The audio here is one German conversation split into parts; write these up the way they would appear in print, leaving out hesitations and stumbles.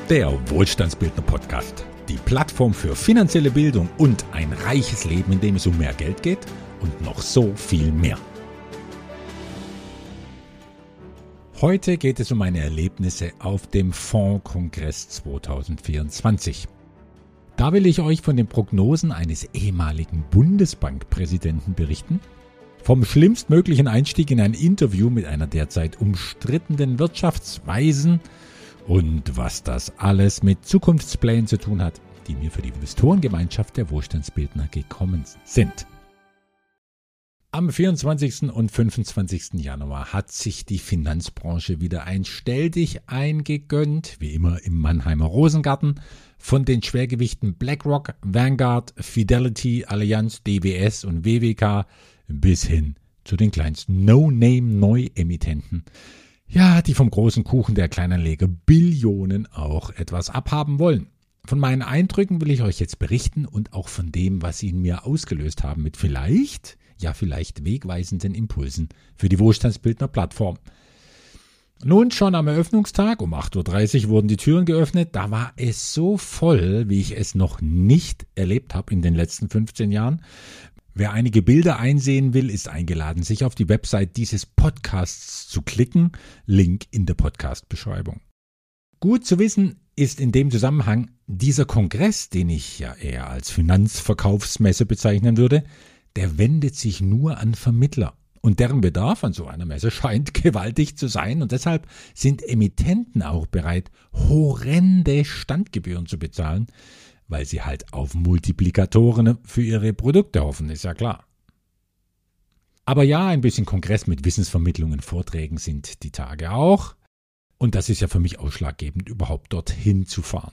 Der Wohlstandsbildner Podcast. Die Plattform für finanzielle Bildung und ein reiches Leben, in dem es um mehr Geld geht und noch so viel mehr. Heute geht es um meine Erlebnisse auf dem Fondskongress 2024. Da will ich euch von den Prognosen eines ehemaligen Bundesbankpräsidenten berichten, vom schlimmstmöglichen Einstieg in ein Interview mit einer derzeit umstrittenen Wirtschaftsweisen und was das alles mit Zukunftsplänen zu tun hat, die mir für die Investorengemeinschaft der Wohlstandsbildner gekommen sind. Am 24. und 25. Januar hat sich die Finanzbranche wieder ein Stelldichein gegönnt, wie immer im Mannheimer Rosengarten, von den Schwergewichten BlackRock, Vanguard, Fidelity, Allianz, DWS und WWK bis hin zu den kleinsten No-Name-Neuemittenten. Ja, die vom großen Kuchen der Kleinanleger Billionen auch etwas abhaben wollen. Von meinen Eindrücken will ich euch jetzt berichten und auch von dem, was sie in mir ausgelöst haben mit vielleicht wegweisenden Impulsen für die Wohlstandsbildner Plattform. Nun, schon am Eröffnungstag um 8.30 Uhr wurden die Türen geöffnet. Da war es so voll, wie ich es noch nicht erlebt habe in den letzten 15 Jahren. Wer einige Bilder einsehen will, ist eingeladen, sich auf die Website dieses Podcasts zu klicken. Link in der Podcast-Beschreibung. Gut zu wissen ist in dem Zusammenhang, dieser Kongress, den ich ja eher als Finanzverkaufsmesse bezeichnen würde, der wendet sich nur an Vermittler. Und deren Bedarf an so einer Messe scheint gewaltig zu sein. Und deshalb sind Emittenten auch bereit, horrende Standgebühren zu bezahlen, weil sie halt auf Multiplikatoren für ihre Produkte hoffen, ist ja klar. Aber ja, ein bisschen Kongress mit Wissensvermittlungen, Vorträgen sind die Tage auch. Und das ist ja für mich ausschlaggebend, überhaupt dorthin zu fahren.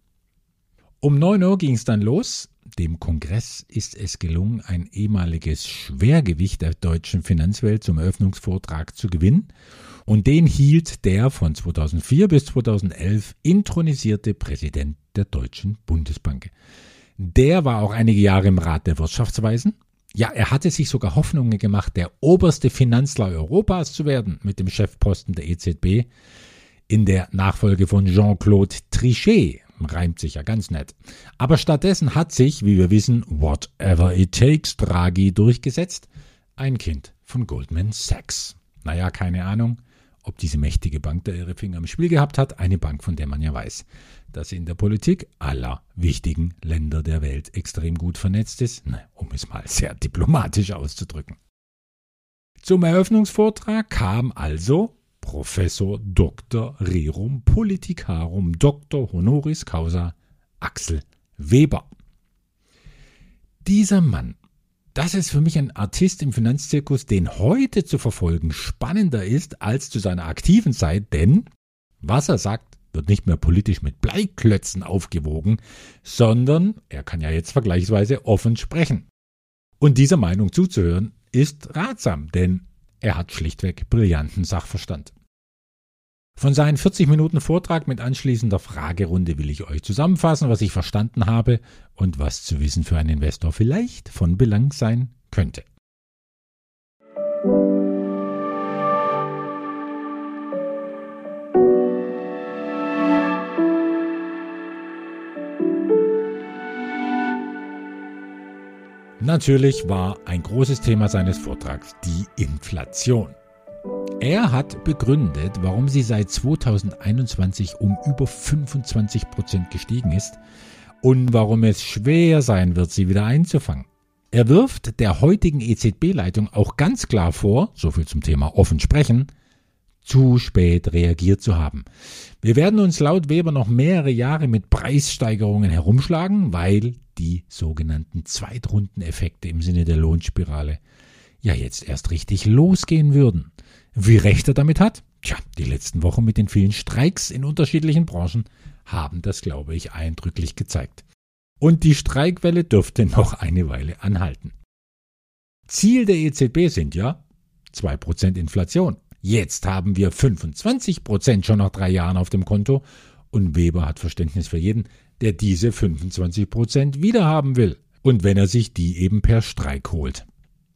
Um 9 Uhr ging es dann los. Dem Kongress ist es gelungen, ein ehemaliges Schwergewicht der deutschen Finanzwelt zum Eröffnungsvortrag zu gewinnen. Und den hielt der von 2004 bis 2011 intronisierte Präsident der Deutschen Bundesbank. Der war auch einige Jahre im Rat der Wirtschaftsweisen. Ja, er hatte sich sogar Hoffnungen gemacht, der oberste Finanzler Europas zu werden mit dem Chefposten der EZB in der Nachfolge von Jean-Claude Trichet. Reimt sich ja ganz nett. Aber stattdessen hat sich, wie wir wissen, whatever it takes Draghi durchgesetzt, ein Kind von Goldman Sachs. Naja, keine Ahnung, ob diese mächtige Bank da ihre Finger im Spiel gehabt hat. Eine Bank, von der man ja weiß, dass sie in der Politik aller wichtigen Länder der Welt extrem gut vernetzt ist, um es mal sehr diplomatisch auszudrücken. Zum Eröffnungsvortrag kam also Professor Dr. Rerum Politicarum Dr. Honoris Causa Axel Weber. Dieser Mann, das ist für mich ein Artist im Finanzzirkus, den heute zu verfolgen spannender ist als zu seiner aktiven Zeit, denn was er sagt, wird nicht mehr politisch mit Bleiklötzen aufgewogen, sondern er kann ja jetzt vergleichsweise offen sprechen. Und dieser Meinung zuzuhören ist ratsam, denn er hat schlichtweg brillanten Sachverstand. Von seinem 40 Minuten Vortrag mit anschließender Fragerunde will ich euch zusammenfassen, was ich verstanden habe und was zu wissen für einen Investor vielleicht von Belang sein könnte. Natürlich war ein großes Thema seines Vortrags die Inflation. Er hat begründet, warum sie seit 2021 um über 25% gestiegen ist und warum es schwer sein wird, sie wieder einzufangen. Er wirft der heutigen EZB-Leitung auch ganz klar vor, so viel zum Thema offen sprechen, zu spät reagiert zu haben. Wir werden uns laut Weber noch mehrere Jahre mit Preissteigerungen herumschlagen, weil die sogenannten Zweitrundeneffekte im Sinne der Lohnspirale ja jetzt erst richtig losgehen würden. Wie recht er damit hat? Tja, die letzten Wochen mit den vielen Streiks in unterschiedlichen Branchen haben das, glaube ich, eindrücklich gezeigt. Und die Streikwelle dürfte noch eine Weile anhalten. Ziel der EZB sind ja 2% Inflation. Jetzt haben wir 25% schon nach 3 Jahren auf dem Konto und Weber hat Verständnis für jeden, der diese 25% wiederhaben will und wenn er sich die eben per Streik holt.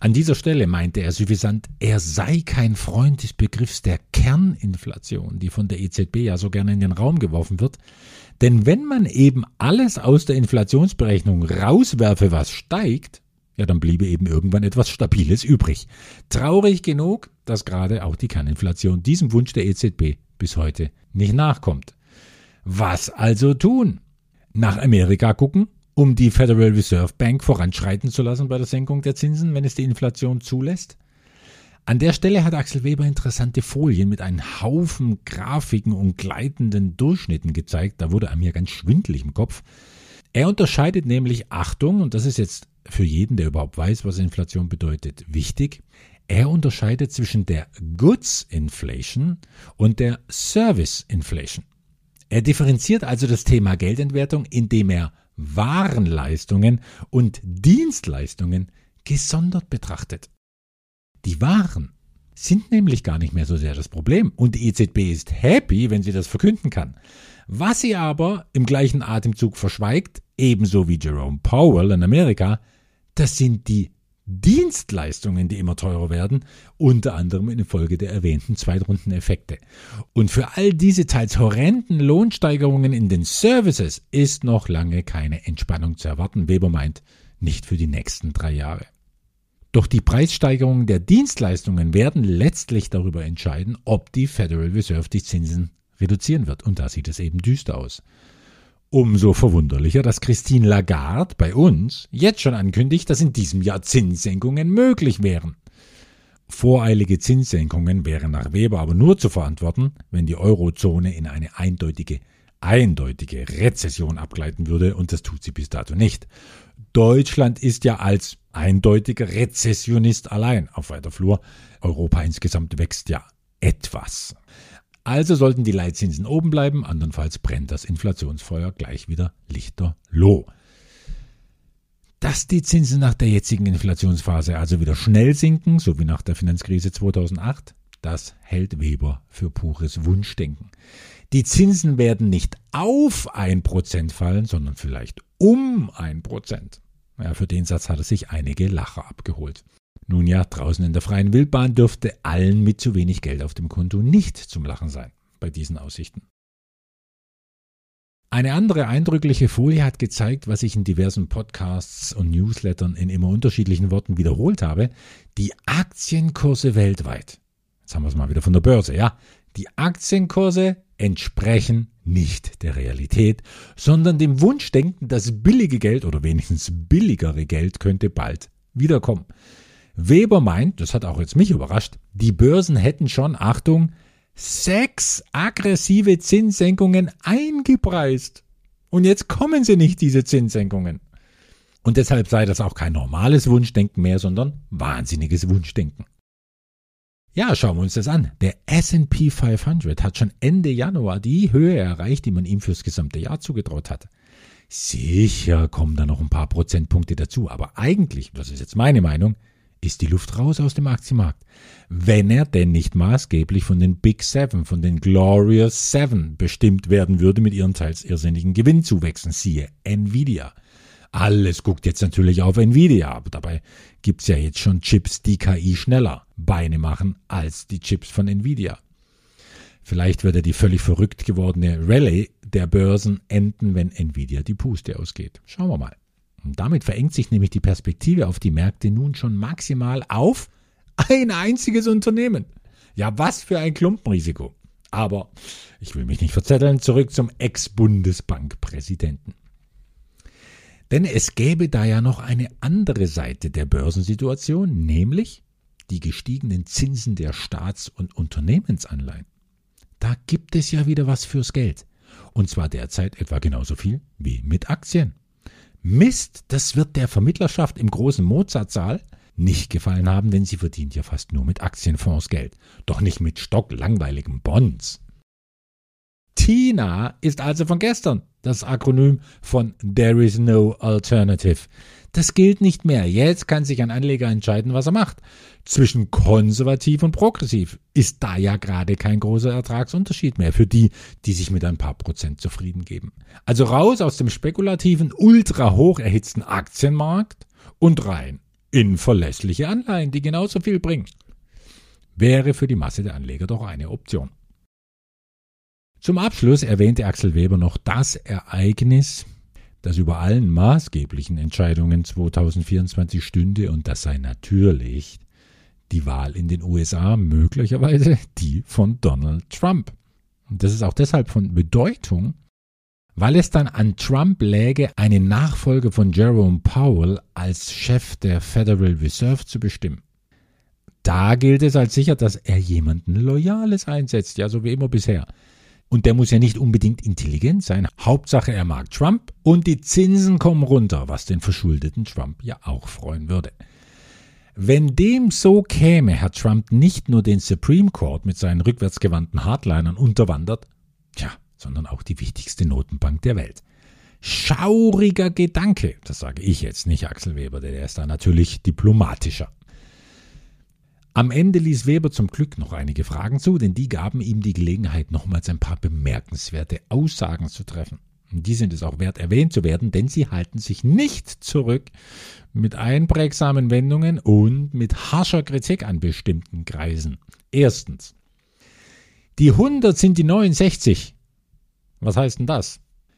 An dieser Stelle meinte er suffisant, er sei kein Freund des Begriffs der Kerninflation, die von der EZB ja so gerne in den Raum geworfen wird. Denn wenn man eben alles aus der Inflationsberechnung rauswerfe, was steigt, ja, dann bliebe eben irgendwann etwas Stabiles übrig. Traurig genug, dass gerade auch die Kerninflation diesem Wunsch der EZB bis heute nicht nachkommt. Was also tun? Nach Amerika gucken, um die Federal Reserve Bank voranschreiten zu lassen bei der Senkung der Zinsen, wenn es die Inflation zulässt? An der Stelle hat Axel Weber interessante Folien mit einem Haufen Grafiken und gleitenden Durchschnitten gezeigt. Da wurde er mir ganz schwindelig im Kopf. Er unterscheidet nämlich, Achtung, und das ist jetzt für jeden, der überhaupt weiß, was Inflation bedeutet, wichtig, er unterscheidet zwischen der Goods Inflation und der Service Inflation. Er differenziert also das Thema Geldentwertung, indem er Warenleistungen und Dienstleistungen gesondert betrachtet. Die Waren sind nämlich gar nicht mehr so sehr das Problem und die EZB ist happy, wenn sie das verkünden kann. Was sie aber im gleichen Atemzug verschweigt, ebenso wie Jerome Powell in Amerika, das sind die Dienstleistungen, die immer teurer werden, unter anderem infolge der erwähnten Zweitrundeneffekte. Und für all diese teils horrenden Lohnsteigerungen in den Services ist noch lange keine Entspannung zu erwarten. Weber meint, nicht für die nächsten 3 Jahre. Doch die Preissteigerungen der Dienstleistungen werden letztlich darüber entscheiden, ob die Federal Reserve die Zinsen reduzieren wird. Und da sieht es eben düster aus. Umso verwunderlicher, dass Christine Lagarde bei uns jetzt schon ankündigt, dass in diesem Jahr Zinssenkungen möglich wären. Voreilige Zinssenkungen wären nach Weber aber nur zu verantworten, wenn die Eurozone in eine eindeutige Rezession abgleiten würde, und das tut sie bis dato nicht. Deutschland ist ja als eindeutiger Rezessionist allein auf weiter Flur. Europa insgesamt wächst ja etwas. Also sollten die Leitzinsen oben bleiben, andernfalls brennt das Inflationsfeuer gleich wieder lichterloh. Dass die Zinsen nach der jetzigen Inflationsphase also wieder schnell sinken, so wie nach der Finanzkrise 2008, das hält Weber für pures Wunschdenken. Die Zinsen werden nicht auf 1% fallen, sondern vielleicht um 1%. Ja, für den Satz hat er sich einige Lacher abgeholt. Nun ja, draußen in der freien Wildbahn dürfte allen mit zu wenig Geld auf dem Konto nicht zum Lachen sein bei diesen Aussichten. Eine andere eindrückliche Folie hat gezeigt, was ich in diversen Podcasts und Newslettern in immer unterschiedlichen Worten wiederholt habe: die Aktienkurse weltweit. Jetzt haben wir es mal wieder von der Börse, ja. Die Aktienkurse entsprechen nicht der Realität, sondern dem Wunschdenken, das billige Geld oder wenigstens billigere Geld könnte bald wiederkommen. Weber meint, das hat auch jetzt mich überrascht, die Börsen hätten schon, Achtung, 6 aggressive Zinssenkungen eingepreist. Und jetzt kommen sie nicht, diese Zinssenkungen. Und deshalb sei das auch kein normales Wunschdenken mehr, sondern wahnsinniges Wunschdenken. Ja, schauen wir uns das an. Der S&P 500 hat schon Ende Januar die Höhe erreicht, die man ihm fürs gesamte Jahr zugetraut hat. Sicher kommen da noch ein paar Prozentpunkte dazu, aber eigentlich, das ist jetzt meine Meinung, ist die Luft raus aus dem Aktienmarkt. Wenn er denn nicht maßgeblich von den Big Seven, von den Glorious Seven bestimmt werden würde mit ihren teils irrsinnigen Gewinnzuwächsen, siehe Nvidia. Alles guckt jetzt natürlich auf Nvidia, aber dabei gibt's ja jetzt schon Chips, die KI schneller Beine machen als die Chips von Nvidia. Vielleicht wird ja die völlig verrückt gewordene Rallye der Börsen enden, wenn Nvidia die Puste ausgeht. Schauen wir mal. Und damit verengt sich nämlich die Perspektive auf die Märkte nun schon maximal auf ein einziges Unternehmen. Ja, was für ein Klumpenrisiko. Aber ich will mich nicht verzetteln, zurück zum Ex-Bundesbankpräsidenten. Denn es gäbe da ja noch eine andere Seite der Börsensituation, nämlich die gestiegenen Zinsen der Staats- und Unternehmensanleihen. Da gibt es ja wieder was fürs Geld. Und zwar derzeit etwa genauso viel wie mit Aktien. Mist, das wird der Vermittlerschaft im großen Mozartsaal nicht gefallen haben, denn sie verdient ja fast nur mit Aktienfonds Geld, doch nicht mit stocklangweiligen Bonds. TINA ist also von gestern das Akronym von There is no alternative. Das gilt nicht mehr. Jetzt kann sich ein Anleger entscheiden, was er macht. Zwischen konservativ und progressiv ist da ja gerade kein großer Ertragsunterschied mehr für die, die sich mit ein paar Prozent zufrieden geben. Also raus aus dem spekulativen, ultra hoch erhitzten Aktienmarkt und rein in verlässliche Anleihen, die genauso viel bringen. Wäre für die Masse der Anleger doch eine Option. Zum Abschluss erwähnte Axel Weber noch das Ereignis, das über allen maßgeblichen Entscheidungen 2024 stünde, und das sei natürlich die Wahl in den USA, möglicherweise die von Donald Trump. Und das ist auch deshalb von Bedeutung, weil es dann an Trump läge, einen Nachfolger von Jerome Powell als Chef der Federal Reserve zu bestimmen. Da gilt es als sicher, dass er jemanden Loyales einsetzt, ja, so wie immer bisher. Und der muss ja nicht unbedingt intelligent sein. Hauptsache, er mag Trump und die Zinsen kommen runter, was den verschuldeten Trump ja auch freuen würde. Wenn dem so käme, Herr Trump nicht nur den Supreme Court mit seinen rückwärtsgewandten Hardlinern unterwandert, sondern auch die wichtigste Notenbank der Welt. Schauriger Gedanke, das sage ich jetzt nicht, Axel Weber, der ist da natürlich diplomatischer. Am Ende ließ Weber zum Glück noch einige Fragen zu, denn die gaben ihm die Gelegenheit, nochmals ein paar bemerkenswerte Aussagen zu treffen. Und die sind es auch wert, erwähnt zu werden, denn sie halten sich nicht zurück mit einprägsamen Wendungen und mit harscher Kritik an bestimmten Kreisen. Erstens: Die 100 sind die neuen 60. Was heißt denn das?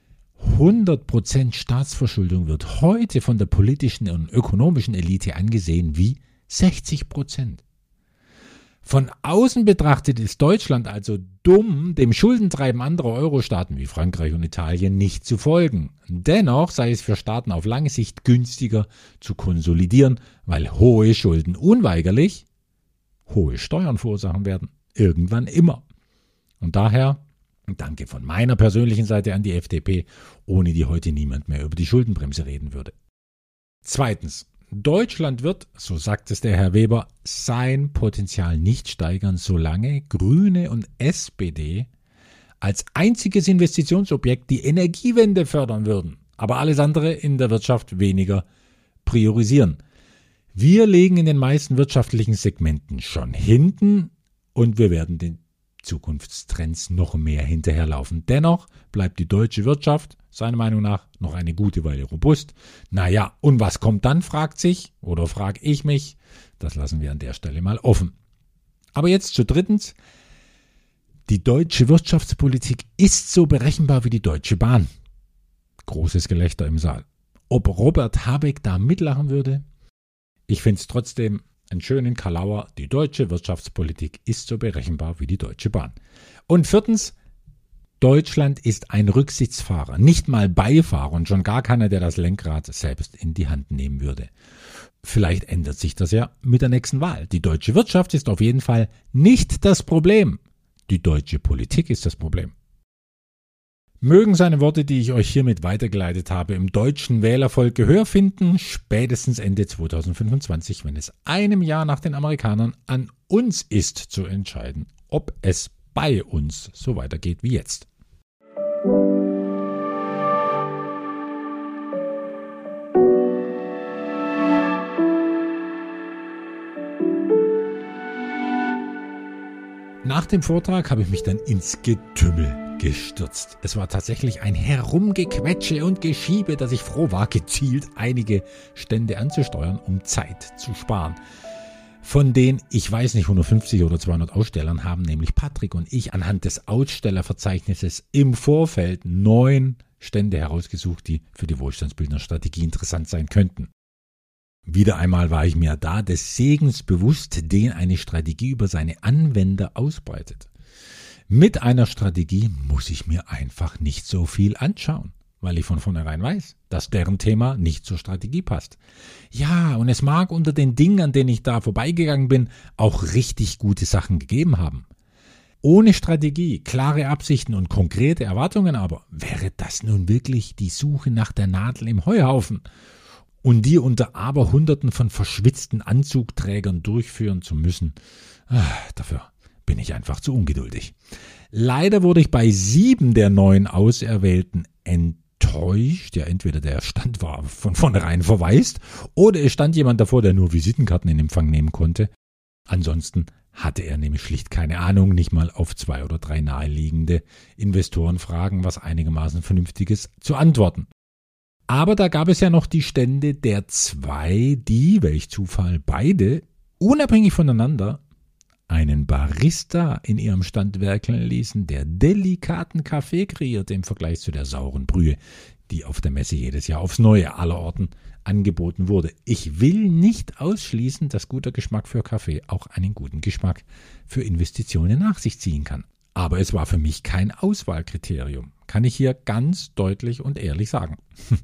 100% Staatsverschuldung wird heute von der politischen und ökonomischen Elite angesehen wie 60%. Von außen betrachtet ist Deutschland also dumm, dem Schuldentreiben anderer Euro-Staaten wie Frankreich und Italien nicht zu folgen. Dennoch sei es für Staaten auf lange Sicht günstiger zu konsolidieren, weil hohe Schulden unweigerlich hohe Steuern verursachen werden. Irgendwann immer. Und daher danke von meiner persönlichen Seite an die FDP, ohne die heute niemand mehr über die Schuldenbremse reden würde. Zweitens: Deutschland wird, so sagt es der Herr Weber, sein Potenzial nicht steigern, solange Grüne und SPD als einziges Investitionsobjekt die Energiewende fördern würden, aber alles andere in der Wirtschaft weniger priorisieren. Wir liegen in den meisten wirtschaftlichen Segmenten schon hinten und wir werden den Zukunftstrends noch mehr hinterherlaufen. Dennoch bleibt die deutsche Wirtschaft seiner Meinung nach noch eine gute Weile robust. Naja, und was kommt dann, frage ich mich. Das lassen wir an der Stelle mal offen. Aber jetzt zu drittens. Die deutsche Wirtschaftspolitik ist so berechenbar wie die Deutsche Bahn. Großes Gelächter im Saal. Ob Robert Habeck da mitlachen würde? Ich finde es trotzdem einen schönen Kalauer. Die deutsche Wirtschaftspolitik ist so berechenbar wie die Deutsche Bahn. Und viertens: Deutschland ist ein Rücksitzfahrer, nicht mal Beifahrer und schon gar keiner, der das Lenkrad selbst in die Hand nehmen würde. Vielleicht ändert sich das ja mit der nächsten Wahl. Die deutsche Wirtschaft ist auf jeden Fall nicht das Problem. Die deutsche Politik ist das Problem. Mögen seine Worte, die ich euch hiermit weitergeleitet habe, im deutschen Wählervolk Gehör finden, spätestens Ende 2025, wenn es einem Jahr nach den Amerikanern an uns ist, zu entscheiden, ob es bei uns so weitergeht wie jetzt. Nach dem Vortrag habe ich mich dann ins Getümmel gestürzt. Es war tatsächlich ein Herumgequetsche und Geschiebe, dass ich froh war, gezielt einige Stände anzusteuern, um Zeit zu sparen. Von den, ich weiß nicht, 150 oder 200 Ausstellern haben nämlich Patrick und ich anhand des Ausstellerverzeichnisses im Vorfeld 9 Stände herausgesucht, die für die Wohlstandsbildnerstrategie interessant sein könnten. Wieder einmal war ich mir da des Segens bewusst, den eine Strategie über seine Anwender ausbreitet. Mit einer Strategie muss ich mir einfach nicht so viel anschauen, weil ich von vornherein weiß, dass deren Thema nicht zur Strategie passt. Ja, und es mag unter den Dingen, an denen ich da vorbeigegangen bin, auch richtig gute Sachen gegeben haben. Ohne Strategie, klare Absichten und konkrete Erwartungen aber, wäre das nun wirklich die Suche nach der Nadel im Heuhaufen? Und die unter Aberhunderten von verschwitzten Anzugträgern durchführen zu müssen, dafür bin ich einfach zu ungeduldig. Leider wurde ich bei 7 der 9 Auserwählten enttäuscht. Ja, entweder der Stand war von vornherein verwaist oder es stand jemand davor, der nur Visitenkarten in Empfang nehmen konnte. Ansonsten hatte er nämlich schlicht keine Ahnung, nicht mal auf 2 oder 3 naheliegende Investorenfragen was einigermaßen Vernünftiges zu antworten. Aber da gab es ja noch die Stände der zwei, die, welch Zufall, beide unabhängig voneinander einen Barista in ihrem Stand werkeln ließen, der delikaten Kaffee kreierte im Vergleich zu der sauren Brühe, die auf der Messe jedes Jahr aufs Neue allerorten angeboten wurde. Ich will nicht ausschließen, dass guter Geschmack für Kaffee auch einen guten Geschmack für Investitionen nach sich ziehen kann. Aber es war für mich kein Auswahlkriterium, kann ich hier ganz deutlich und ehrlich sagen.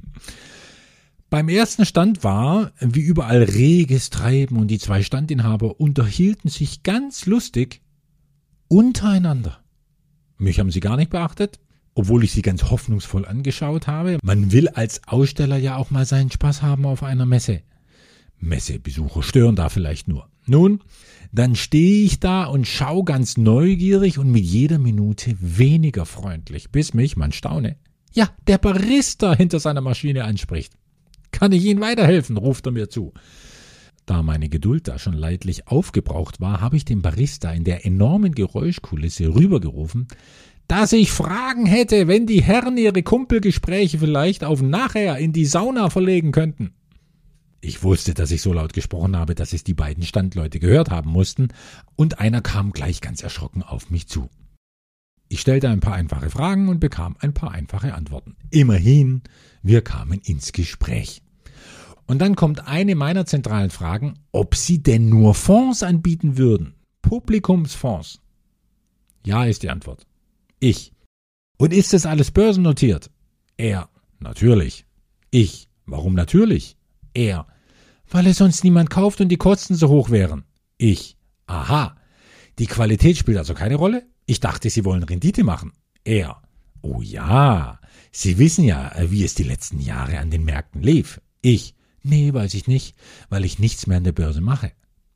Beim ersten Stand war, wie überall, reges Treiben und die zwei Standinhaber unterhielten sich ganz lustig untereinander. Mich haben sie gar nicht beachtet, obwohl ich sie ganz hoffnungsvoll angeschaut habe. Man will als Aussteller ja auch mal seinen Spaß haben auf einer Messe. Messebesucher stören da vielleicht nur. Nun, dann stehe ich da und schaue ganz neugierig und mit jeder Minute weniger freundlich, bis mich, man staune, ja, der Barista hinter seiner Maschine anspricht. Kann ich Ihnen weiterhelfen, ruft er mir zu. Da meine Geduld da schon leidlich aufgebraucht war, habe ich dem Barista in der enormen Geräuschkulisse rübergerufen, dass ich Fragen hätte, wenn die Herren ihre Kumpelgespräche vielleicht auf nachher in die Sauna verlegen könnten. Ich wusste, dass ich so laut gesprochen habe, dass es die beiden Standleute gehört haben mussten, und einer kam gleich ganz erschrocken auf mich zu. Ich stellte ein paar einfache Fragen und bekam ein paar einfache Antworten. Immerhin, wir kamen ins Gespräch. Und dann kommt eine meiner zentralen Fragen, ob sie denn nur Fonds anbieten würden. Publikumsfonds. Ja, ist die Antwort. Ich. Und ist das alles börsennotiert? Er. Natürlich. Ich. Warum natürlich? Er. Weil es sonst niemand kauft und die Kosten so hoch wären. Ich. Aha. Die Qualität spielt also keine Rolle? Ich dachte, Sie wollen Rendite machen. Er. Oh ja. Sie wissen ja, wie es die letzten Jahre an den Märkten lief. Ich. Nee, weiß ich nicht, weil ich nichts mehr an der Börse mache.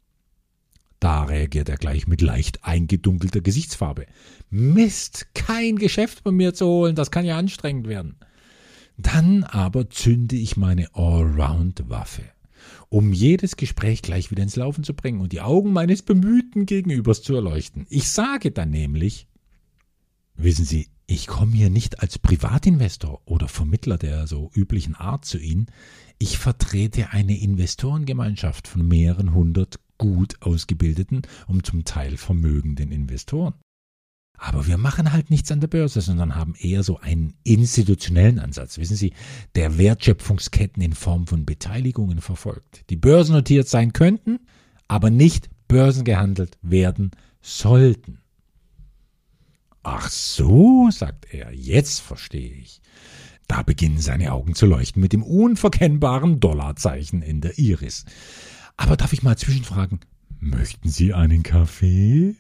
Da reagiert er gleich mit leicht eingedunkelter Gesichtsfarbe. Mist, kein Geschäft bei mir zu holen, das kann ja anstrengend werden. Dann aber zünde ich meine Allround-Waffe, um jedes Gespräch gleich wieder ins Laufen zu bringen und die Augen meines bemühten Gegenübers zu erleuchten. Ich sage dann nämlich, wissen Sie, ich komme hier nicht als Privatinvestor oder Vermittler der so üblichen Art zu Ihnen. Ich vertrete eine Investorengemeinschaft von mehreren hundert gut ausgebildeten und zum Teil vermögenden Investoren. Aber wir machen halt nichts an der Börse, sondern haben eher so einen institutionellen Ansatz, wissen Sie, der Wertschöpfungsketten in Form von Beteiligungen verfolgt, die börsennotiert sein könnten, aber nicht börsengehandelt werden sollten. Ach so, sagt er, jetzt verstehe ich. Da beginnen seine Augen zu leuchten mit dem unverkennbaren Dollarzeichen in der Iris. Aber darf ich mal zwischenfragen, möchten Sie einen Kaffee?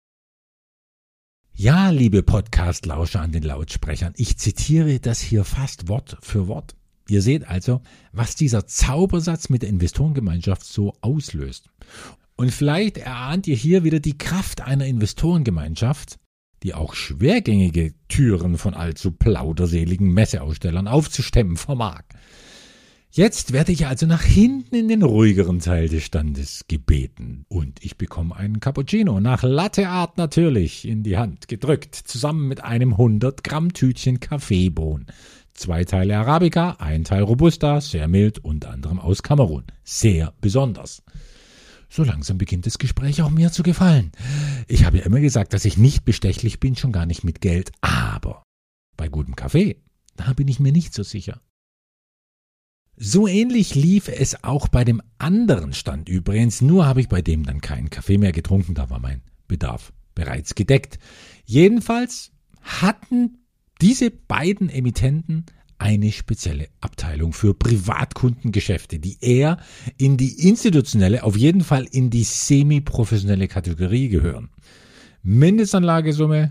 Ja, liebe Podcast-Lauscher an den Lautsprechern, ich zitiere das hier fast Wort für Wort. Ihr seht also, was dieser Zaubersatz mit der Investorengemeinschaft so auslöst. Und vielleicht erahnt ihr hier wieder die Kraft einer Investorengemeinschaft, die auch schwergängige Türen von allzu plauderseligen Messeausstellern aufzustemmen vermag. Jetzt werde ich also nach hinten in den ruhigeren Teil des Standes gebeten und ich bekomme einen Cappuccino, nach Latteart natürlich, in die Hand gedrückt, zusammen mit einem 100-Gramm-Tütchen Kaffeebohnen. 2 Teile Arabica, 1 Teil Robusta, sehr mild, unter anderem aus Kamerun. Sehr besonders. So langsam beginnt das Gespräch auch mir zu gefallen. Ich habe ja immer gesagt, dass ich nicht bestechlich bin, schon gar nicht mit Geld, aber bei gutem Kaffee, da bin ich mir nicht so sicher. So ähnlich lief es auch bei dem anderen Stand übrigens, nur habe ich bei dem dann keinen Kaffee mehr getrunken, da war mein Bedarf bereits gedeckt. Jedenfalls hatten diese beiden Emittenten eine spezielle Abteilung für Privatkundengeschäfte, die eher in die institutionelle, auf jeden Fall in die semi-professionelle Kategorie gehören. Mindestanlagesumme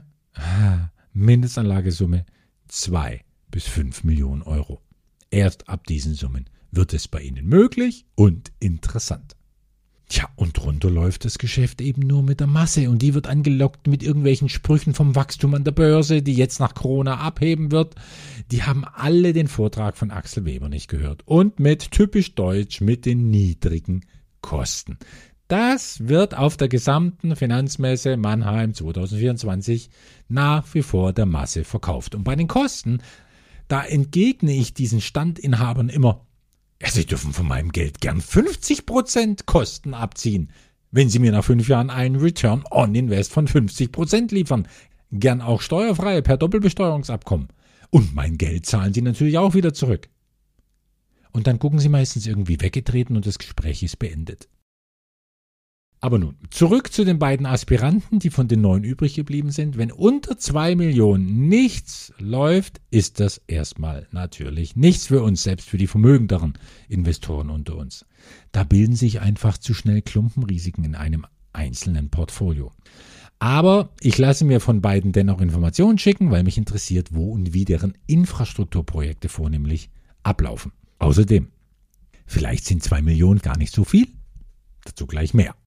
2 bis 5 Millionen Euro. Erst ab diesen Summen wird es bei Ihnen möglich und interessant. Tja, und drunter läuft das Geschäft eben nur mit der Masse und die wird angelockt mit irgendwelchen Sprüchen vom Wachstum an der Börse, die jetzt nach Corona abheben wird. Die haben alle den Vortrag von Axel Weber nicht gehört und mit typisch deutsch mit den niedrigen Kosten. Das wird auf der gesamten Finanzmesse Mannheim 2024 nach wie vor der Masse verkauft. Und bei den Kosten, Da entgegne ich diesen Standinhabern immer: Ja, Sie dürfen von meinem Geld gern 50% Kosten abziehen, wenn Sie mir nach 5 Jahren einen Return on Invest von 50% liefern. Gern auch steuerfrei per Doppelbesteuerungsabkommen. Und mein Geld zahlen Sie natürlich auch wieder zurück. Und dann gucken Sie meistens irgendwie weggetreten und das Gespräch ist beendet. Aber nun, zurück zu den beiden Aspiranten, die von den 9 übrig geblieben sind. Wenn unter 2 Millionen nichts läuft, ist das erstmal natürlich nichts für uns, selbst für die vermögenderen Investoren unter uns. Da bilden sich einfach zu schnell Klumpenrisiken in einem einzelnen Portfolio. Aber ich lasse mir von beiden dennoch Informationen schicken, weil mich interessiert, wo und wie deren Infrastrukturprojekte vornehmlich ablaufen. Außerdem, vielleicht sind 2 Millionen gar nicht so viel. Dazu gleich mehr.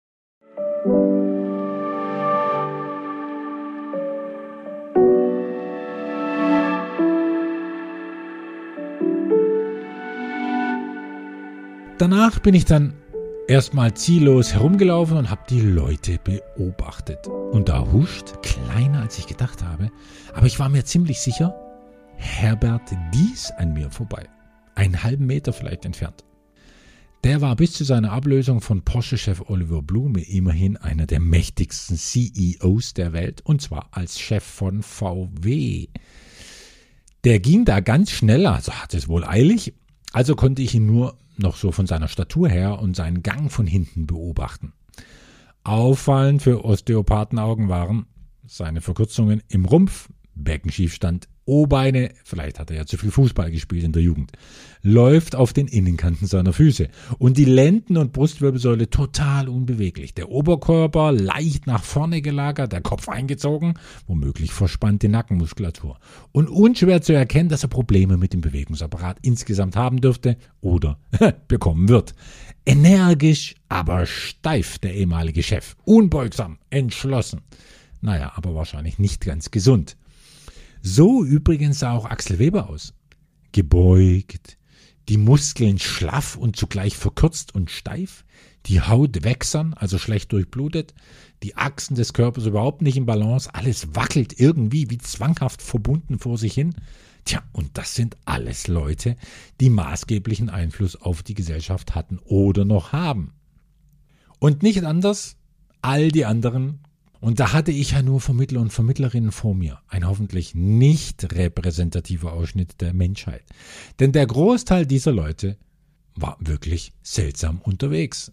Danach bin ich dann erstmal ziellos herumgelaufen und habe die Leute beobachtet. Und da huscht, kleiner als ich gedacht habe, aber ich war mir ziemlich sicher, Herbert Dies an mir vorbei. Einen halben Meter vielleicht entfernt. Der war bis zu seiner Ablösung von Porsche-Chef Oliver Blume immerhin einer der mächtigsten CEOs der Welt, und zwar als Chef von VW. Der ging da ganz schnell, also hatte es wohl eilig, also konnte ich ihn nur noch so von seiner Statur her und seinen Gang von hinten beobachten. Auffallend für Osteopathenaugen waren seine Verkürzungen im Rumpf, Beckenschiefstand, O-Beine, vielleicht hat er ja zu viel Fußball gespielt in der Jugend, läuft auf den Innenkanten seiner Füße und die Lenden- und Brustwirbelsäule total unbeweglich. Der Oberkörper leicht nach vorne gelagert, der Kopf eingezogen, womöglich verspannte Nackenmuskulatur. Und unschwer zu erkennen, dass er Probleme mit dem Bewegungsapparat insgesamt haben dürfte oder bekommen wird. Energisch, aber steif der ehemalige Chef. Unbeugsam, entschlossen. Naja, aber wahrscheinlich nicht ganz gesund. So übrigens sah auch Axel Weber aus. Gebeugt, die Muskeln schlaff und zugleich verkürzt und steif, die Haut wächsern, also schlecht durchblutet, die Achsen des Körpers überhaupt nicht im Balance, alles wackelt irgendwie wie zwanghaft verbunden vor sich hin. Tja, und das sind alles Leute, die maßgeblichen Einfluss auf die Gesellschaft hatten oder noch haben. Und nicht anders, all die anderen. Und da hatte ich ja nur Vermittler und Vermittlerinnen vor mir. Ein hoffentlich nicht repräsentativer Ausschnitt der Menschheit. Denn der Großteil dieser Leute war wirklich seltsam unterwegs.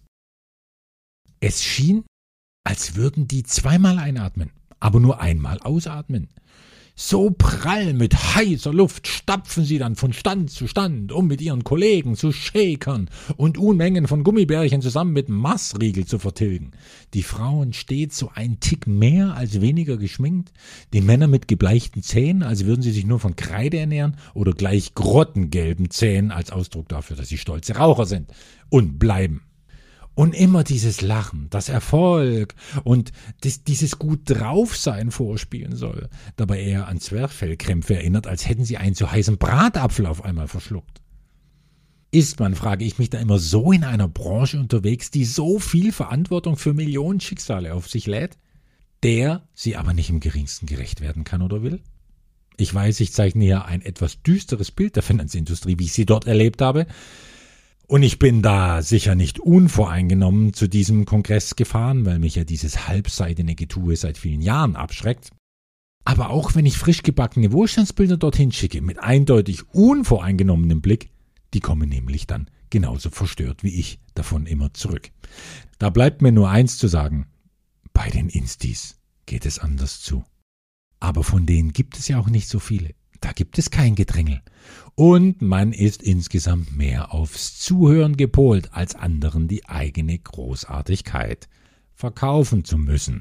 Es schien, als würden die zweimal einatmen, aber nur einmal ausatmen. So prall mit heißer Luft stapfen sie dann von Stand zu Stand, um mit ihren Kollegen zu shakern und Unmengen von Gummibärchen zusammen mit Maßriegel zu vertilgen. Die Frauen stets so ein Tick mehr als weniger geschminkt, die Männer mit gebleichten Zähnen, als würden sie sich nur von Kreide ernähren, oder gleich grottengelben Zähnen als Ausdruck dafür, dass sie stolze Raucher sind und bleiben. Und immer dieses Lachen, das Erfolg und dieses gut draufsein vorspielen soll, dabei eher an Zwerchfellkrämpfe erinnert, als hätten sie einen zu heißen Bratapfel auf einmal verschluckt. Ist man, frage ich mich, da immer so in einer Branche unterwegs, die so viel Verantwortung für Millionen Schicksale auf sich lädt, der sie aber nicht im geringsten gerecht werden kann oder will? Ich weiß, ich zeichne hier ein etwas düsteres Bild der Finanzindustrie, wie ich sie dort erlebt habe. Und ich bin da sicher nicht unvoreingenommen zu diesem Kongress gefahren, weil mich ja dieses halbseitene Getue seit vielen Jahren abschreckt. Aber auch wenn ich frisch gebackene Wohlstandsbilder dorthin schicke, mit eindeutig unvoreingenommenem Blick, die kommen nämlich dann genauso verstört wie ich davon immer zurück. Da bleibt mir nur eins zu sagen: Bei den Instis geht es anders zu. Aber von denen gibt es ja auch nicht so viele. Da gibt es kein Gedrängel. Und man ist insgesamt mehr aufs Zuhören gepolt, als anderen die eigene Großartigkeit verkaufen zu müssen.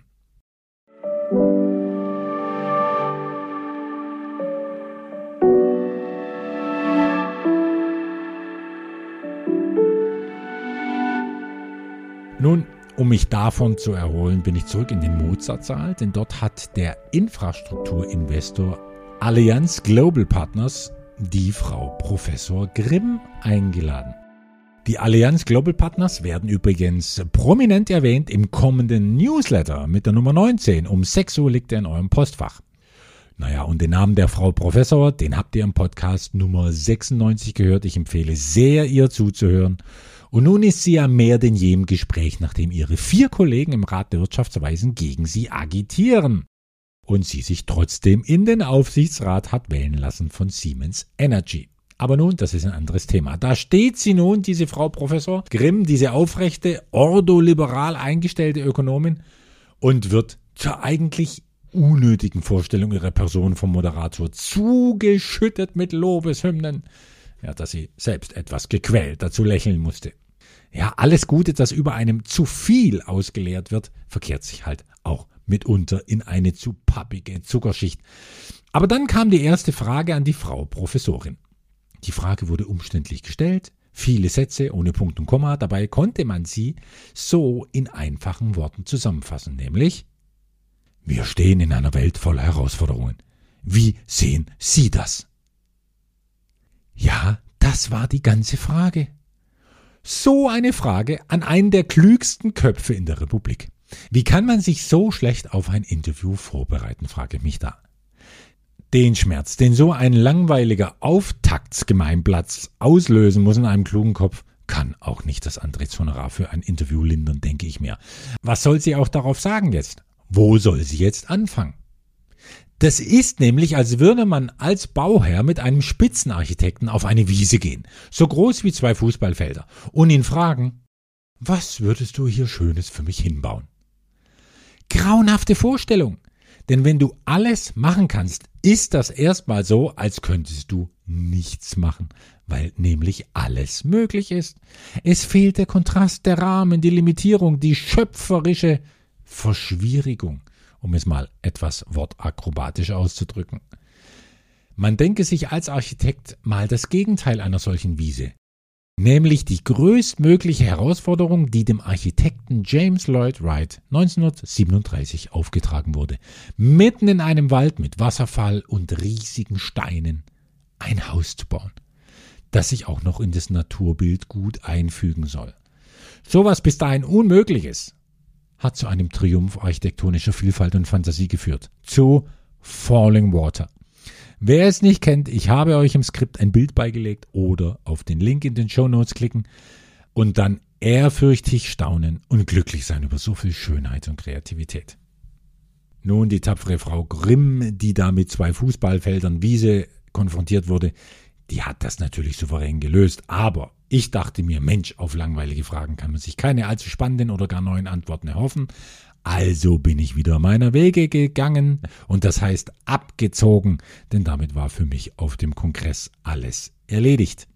Nun, um mich davon zu erholen, bin ich zurück in den Mozartsaal, denn dort hat der Infrastrukturinvestor Allianz Global Partners die Frau Professor Grimm eingeladen. Die Allianz Global Partners werden übrigens prominent erwähnt im kommenden Newsletter mit der Nummer 19. Um 6 Uhr liegt er in eurem Postfach. Naja, und den Namen der Frau Professor, den habt ihr im Podcast Nummer 96 gehört. Ich empfehle sehr, ihr zuzuhören. Und nun ist sie ja mehr denn je im Gespräch, nachdem ihre 4 Kollegen im Rat der Wirtschaftsweisen gegen sie agitieren. Und sie sich trotzdem in den Aufsichtsrat hat wählen lassen von Siemens Energy. Aber nun, das ist ein anderes Thema. Da steht sie nun, diese Frau Professor Grimm, diese aufrechte, ordoliberal eingestellte Ökonomin, und wird zur eigentlich unnötigen Vorstellung ihrer Person vom Moderator zugeschüttet mit Lobeshymnen, ja, dass sie selbst etwas gequält dazu lächeln musste. Ja, alles Gute, das über einem zu viel ausgeleert wird, verkehrt sich halt auch mitunter in eine zu pappige Zuckerschicht. Aber dann kam die erste Frage an die Frau Professorin. Die Frage wurde umständlich gestellt, viele Sätze ohne Punkt und Komma, dabei konnte man sie so in einfachen Worten zusammenfassen, nämlich: Wir stehen in einer Welt voller Herausforderungen. Wie sehen Sie das? Ja, das war die ganze Frage. So eine Frage an einen der klügsten Köpfe in der Republik. Wie kann man sich so schlecht auf ein Interview vorbereiten, frage ich mich da. Den Schmerz, den so ein langweiliger Auftaktsgemeinplatz auslösen muss in einem klugen Kopf, kann auch nicht das Antrittshonorar für ein Interview lindern, denke ich mir. Was soll sie auch darauf sagen jetzt? Wo soll sie jetzt anfangen? Das ist nämlich, als würde man als Bauherr mit einem Spitzenarchitekten auf eine Wiese gehen, so groß wie 2 Fußballfelder, und ihn fragen: Was würdest du hier Schönes für mich hinbauen? Grauenhafte Vorstellung. Denn wenn du alles machen kannst, ist das erstmal so, als könntest du nichts machen, weil nämlich alles möglich ist. Es fehlt der Kontrast, der Rahmen, die Limitierung, die schöpferische Verschwierigung, um es mal etwas wortakrobatisch auszudrücken. Man denke sich als Architekt mal das Gegenteil einer solchen Wiese, nämlich die größtmögliche Herausforderung, die dem Architekten James Lloyd Wright 1937 aufgetragen wurde, mitten in einem Wald mit Wasserfall und riesigen Steinen ein Haus zu bauen, das sich auch noch in das Naturbild gut einfügen soll. Sowas bis dahin Unmögliches hat zu einem Triumph architektonischer Vielfalt und Fantasie geführt, zu Falling Water. Wer es nicht kennt, ich habe euch im Skript ein Bild beigelegt oder auf den Link in den Shownotes klicken und dann ehrfürchtig staunen und glücklich sein über so viel Schönheit und Kreativität. Nun, die tapfere Frau Grimm, die da mit 2 Fußballfeldern Wiese konfrontiert wurde, die hat das natürlich souverän gelöst, aber ich dachte mir, Mensch, auf langweilige Fragen kann man sich keine allzu spannenden oder gar neuen Antworten erhoffen. Also bin ich wieder meiner Wege gegangen und das heißt abgezogen, denn damit war für mich auf dem Kongress alles erledigt.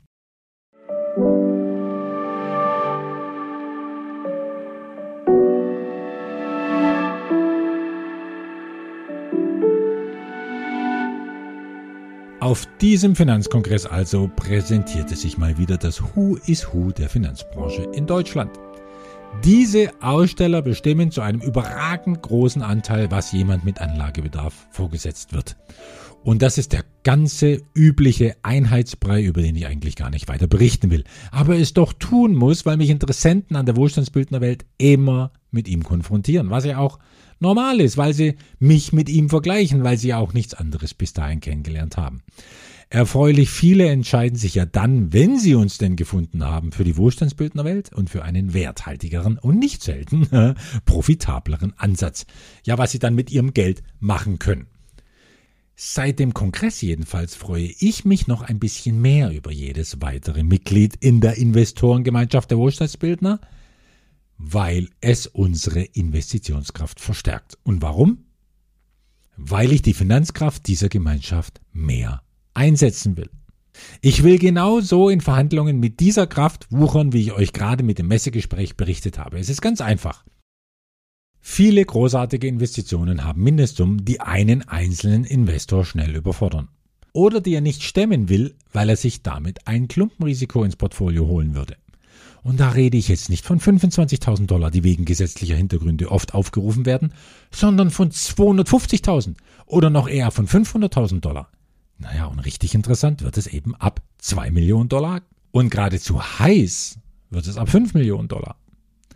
Auf diesem Finanzkongress also präsentierte sich mal wieder das Who is Who der Finanzbranche in Deutschland. Diese Aussteller bestimmen zu einem überragend großen Anteil, was jemand mit Anlagebedarf vorgesetzt wird. Und das ist der ganze übliche Einheitsbrei, über den ich eigentlich gar nicht weiter berichten will. Aber es doch tun muss, weil mich Interessenten an der Wohlstandsbildnerwelt immer mit ihm konfrontieren. Was ja auch normal ist, weil sie mich mit ihm vergleichen, weil sie ja auch nichts anderes bis dahin kennengelernt haben. Erfreulich viele entscheiden sich ja dann, wenn sie uns denn gefunden haben, für die Wohlstandsbildnerwelt und für einen werthaltigeren und nicht selten profitableren Ansatz. Ja, was sie dann mit ihrem Geld machen können. Seit dem Kongress jedenfalls freue ich mich noch ein bisschen mehr über jedes weitere Mitglied in der Investorengemeinschaft der Wohlstandsbildner, weil es unsere Investitionskraft verstärkt. Und warum? Weil ich die Finanzkraft dieser Gemeinschaft mehr einsetzen will. Ich will genauso in Verhandlungen mit dieser Kraft wuchern, wie ich euch gerade mit dem Messegespräch berichtet habe. Es ist ganz einfach. Viele großartige Investitionen haben Mindestsummen, die einen einzelnen Investor schnell überfordern. Oder die er nicht stemmen will, weil er sich damit ein Klumpenrisiko ins Portfolio holen würde. Und da rede ich jetzt nicht von $25.000, die wegen gesetzlicher Hintergründe oft aufgerufen werden, sondern von $250.000 oder noch eher von $500.000. Naja, und richtig interessant wird es eben ab $2 Millionen und geradezu heiß wird es ab $5 Millionen.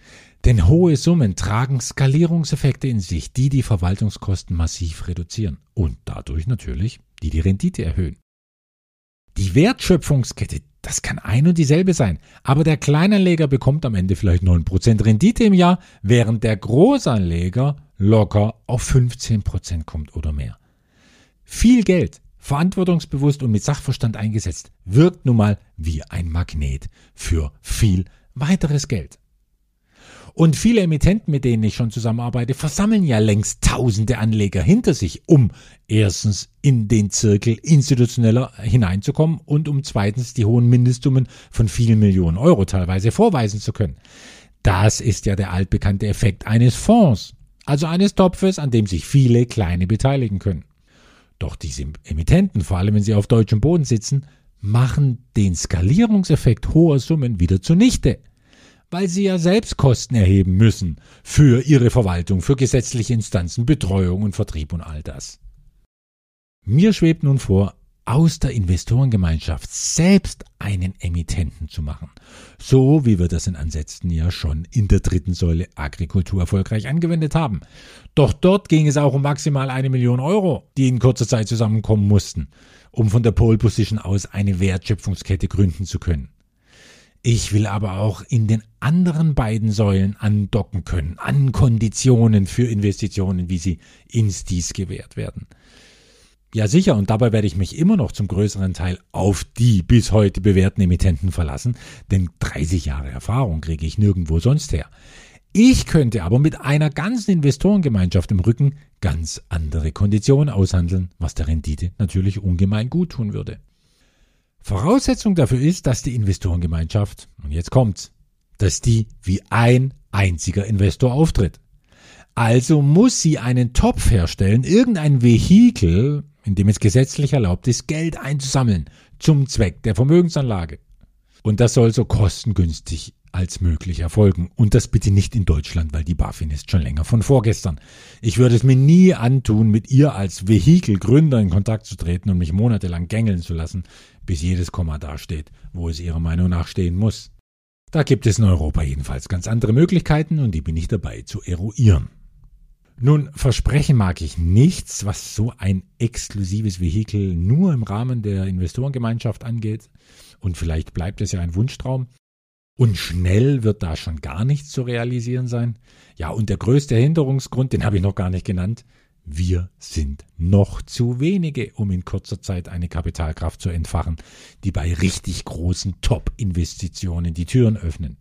Denn hohe Summen tragen Skalierungseffekte in sich, die Verwaltungskosten massiv reduzieren und dadurch natürlich die Rendite erhöhen. Die Wertschöpfungskette, das kann ein und dieselbe sein, aber der Kleinanleger bekommt am Ende vielleicht 9% Rendite im Jahr, während der Großanleger locker auf 15% kommt oder mehr. Viel Geld, verantwortungsbewusst und mit Sachverstand eingesetzt, wirkt nun mal wie ein Magnet für viel weiteres Geld. Und viele Emittenten, mit denen ich schon zusammenarbeite, versammeln ja längst tausende Anleger hinter sich, um erstens in den Zirkel institutioneller hineinzukommen und um zweitens die hohen Mindestsummen von vielen Millionen Euro teilweise vorweisen zu können. Das ist ja der altbekannte Effekt eines Fonds, also eines Topfes, an dem sich viele kleine beteiligen können. Doch diese Emittenten, vor allem wenn sie auf deutschem Boden sitzen, machen den Skalierungseffekt hoher Summen wieder zunichte, weil sie ja selbst Kosten erheben müssen für ihre Verwaltung, für gesetzliche Instanzen, Betreuung und Vertrieb und all das. Mir schwebt nun vor, aus der Investorengemeinschaft selbst einen Emittenten zu machen, so wie wir das in Ansätzen ja schon in der dritten Säule Agrikultur erfolgreich angewendet haben. Doch dort ging es auch um maximal 1 Million Euro, die in kurzer Zeit zusammenkommen mussten, um von der Pole Position aus eine Wertschöpfungskette gründen zu können. Ich will aber auch in den anderen beiden Säulen andocken können, an Konditionen für Investitionen, wie sie instis gewährt werden. Ja sicher, und dabei werde ich mich immer noch zum größeren Teil auf die bis heute bewährten Emittenten verlassen, denn 30 Jahre Erfahrung kriege ich nirgendwo sonst her. Ich könnte aber mit einer ganzen Investorengemeinschaft im Rücken ganz andere Konditionen aushandeln, was der Rendite natürlich ungemein gut tun würde. Voraussetzung dafür ist, dass die Investorengemeinschaft, und jetzt kommt's, dass die wie ein einziger Investor auftritt. Also muss sie einen Topf herstellen, irgendein Vehikel, in dem es gesetzlich erlaubt ist, Geld einzusammeln zum Zweck der Vermögensanlage. Und das soll so kostengünstig als möglich erfolgen. Und das bitte nicht in Deutschland, weil die BaFin ist schon länger von vorgestern. Ich würde es mir nie antun, mit ihr als Vehikelgründer in Kontakt zu treten und mich monatelang gängeln zu lassen, bis jedes Komma dasteht, wo es ihrer Meinung nach stehen muss. Da gibt es in Europa jedenfalls ganz andere Möglichkeiten und die bin ich dabei zu eruieren. Nun, versprechen mag ich nichts, was so ein exklusives Vehikel nur im Rahmen der Investorengemeinschaft angeht. Und vielleicht bleibt es ja ein Wunschtraum. Und schnell wird da schon gar nichts zu realisieren sein. Ja, und der größte Hinderungsgrund, den habe ich noch gar nicht genannt. Wir sind noch zu wenige, um in kurzer Zeit eine Kapitalkraft zu entfachen, die bei richtig großen Top-Investitionen die Türen öffnen.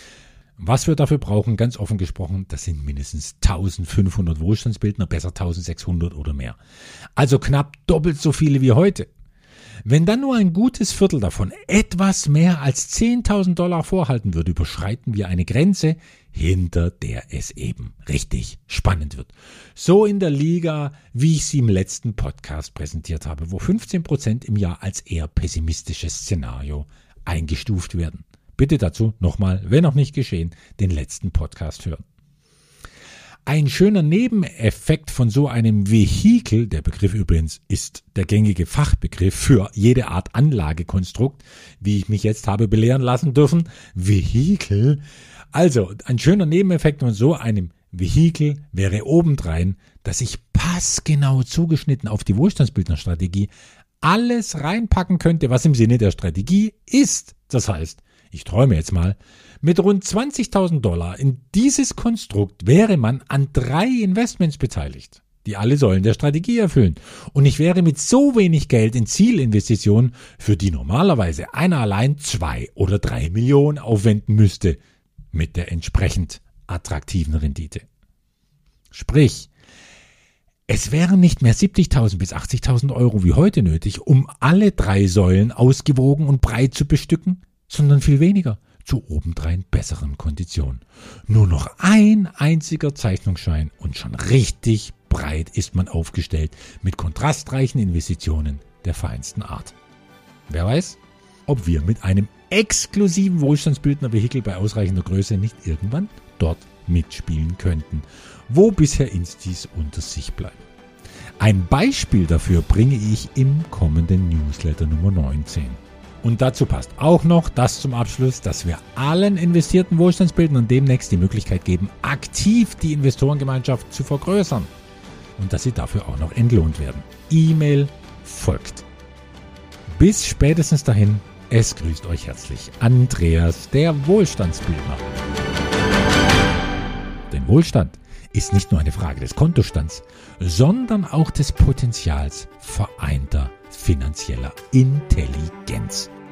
Was wir dafür brauchen, ganz offen gesprochen, das sind mindestens 1500 Wohlstandsbildner, besser 1600 oder mehr. Also knapp doppelt so viele wie heute. Wenn dann nur ein gutes Viertel davon etwas mehr als $10.000 vorhalten würde, überschreiten wir eine Grenze, hinter der es eben richtig spannend wird. So in der Liga, wie ich sie im letzten Podcast präsentiert habe, wo 15% im Jahr als eher pessimistisches Szenario eingestuft werden. Bitte dazu nochmal, wenn noch nicht geschehen, den letzten Podcast hören. Ein schöner Nebeneffekt von so einem Vehikel, der Begriff übrigens ist der gängige Fachbegriff für jede Art Anlagekonstrukt, wie ich mich jetzt habe belehren lassen dürfen, Vehikel. Also ein schöner Nebeneffekt von so einem Vehikel wäre obendrein, dass ich passgenau zugeschnitten auf die Wohlstandsbildnerstrategie alles reinpacken könnte, was im Sinne der Strategie ist. Das heißt, ich träume jetzt mal, mit rund $20.000 in dieses Konstrukt wäre man an 3 Investments beteiligt, die alle Säulen der Strategie erfüllen. Und ich wäre mit so wenig Geld in Zielinvestitionen, für die normalerweise einer allein 2 oder 3 Millionen aufwenden müsste, mit der entsprechend attraktiven Rendite. Sprich, es wären nicht mehr 70.000 bis 80.000 Euro wie heute nötig, um alle 3 Säulen ausgewogen und breit zu bestücken, sondern viel weniger, zu obendrein besseren Konditionen. Nur noch ein einziger Zeichnungsschein und schon richtig breit ist man aufgestellt mit kontrastreichen Investitionen der feinsten Art. Wer weiß, ob wir mit einem exklusiven Wohlstandsbildner-Vehikel bei ausreichender Größe nicht irgendwann dort mitspielen könnten, wo bisher Instis unter sich bleiben. Ein Beispiel dafür bringe ich im kommenden Newsletter Nummer 19. Und dazu passt auch noch das zum Abschluss, dass wir allen investierten Wohlstandsbildern demnächst die Möglichkeit geben, aktiv die Investorengemeinschaft zu vergrößern. Und dass sie dafür auch noch entlohnt werden. E-Mail folgt. Bis spätestens dahin, es grüßt euch herzlich Andreas, der Wohlstandsbildner. Denn Wohlstand ist nicht nur eine Frage des Kontostands, sondern auch des Potenzials vereinter finanzieller Intelligenz.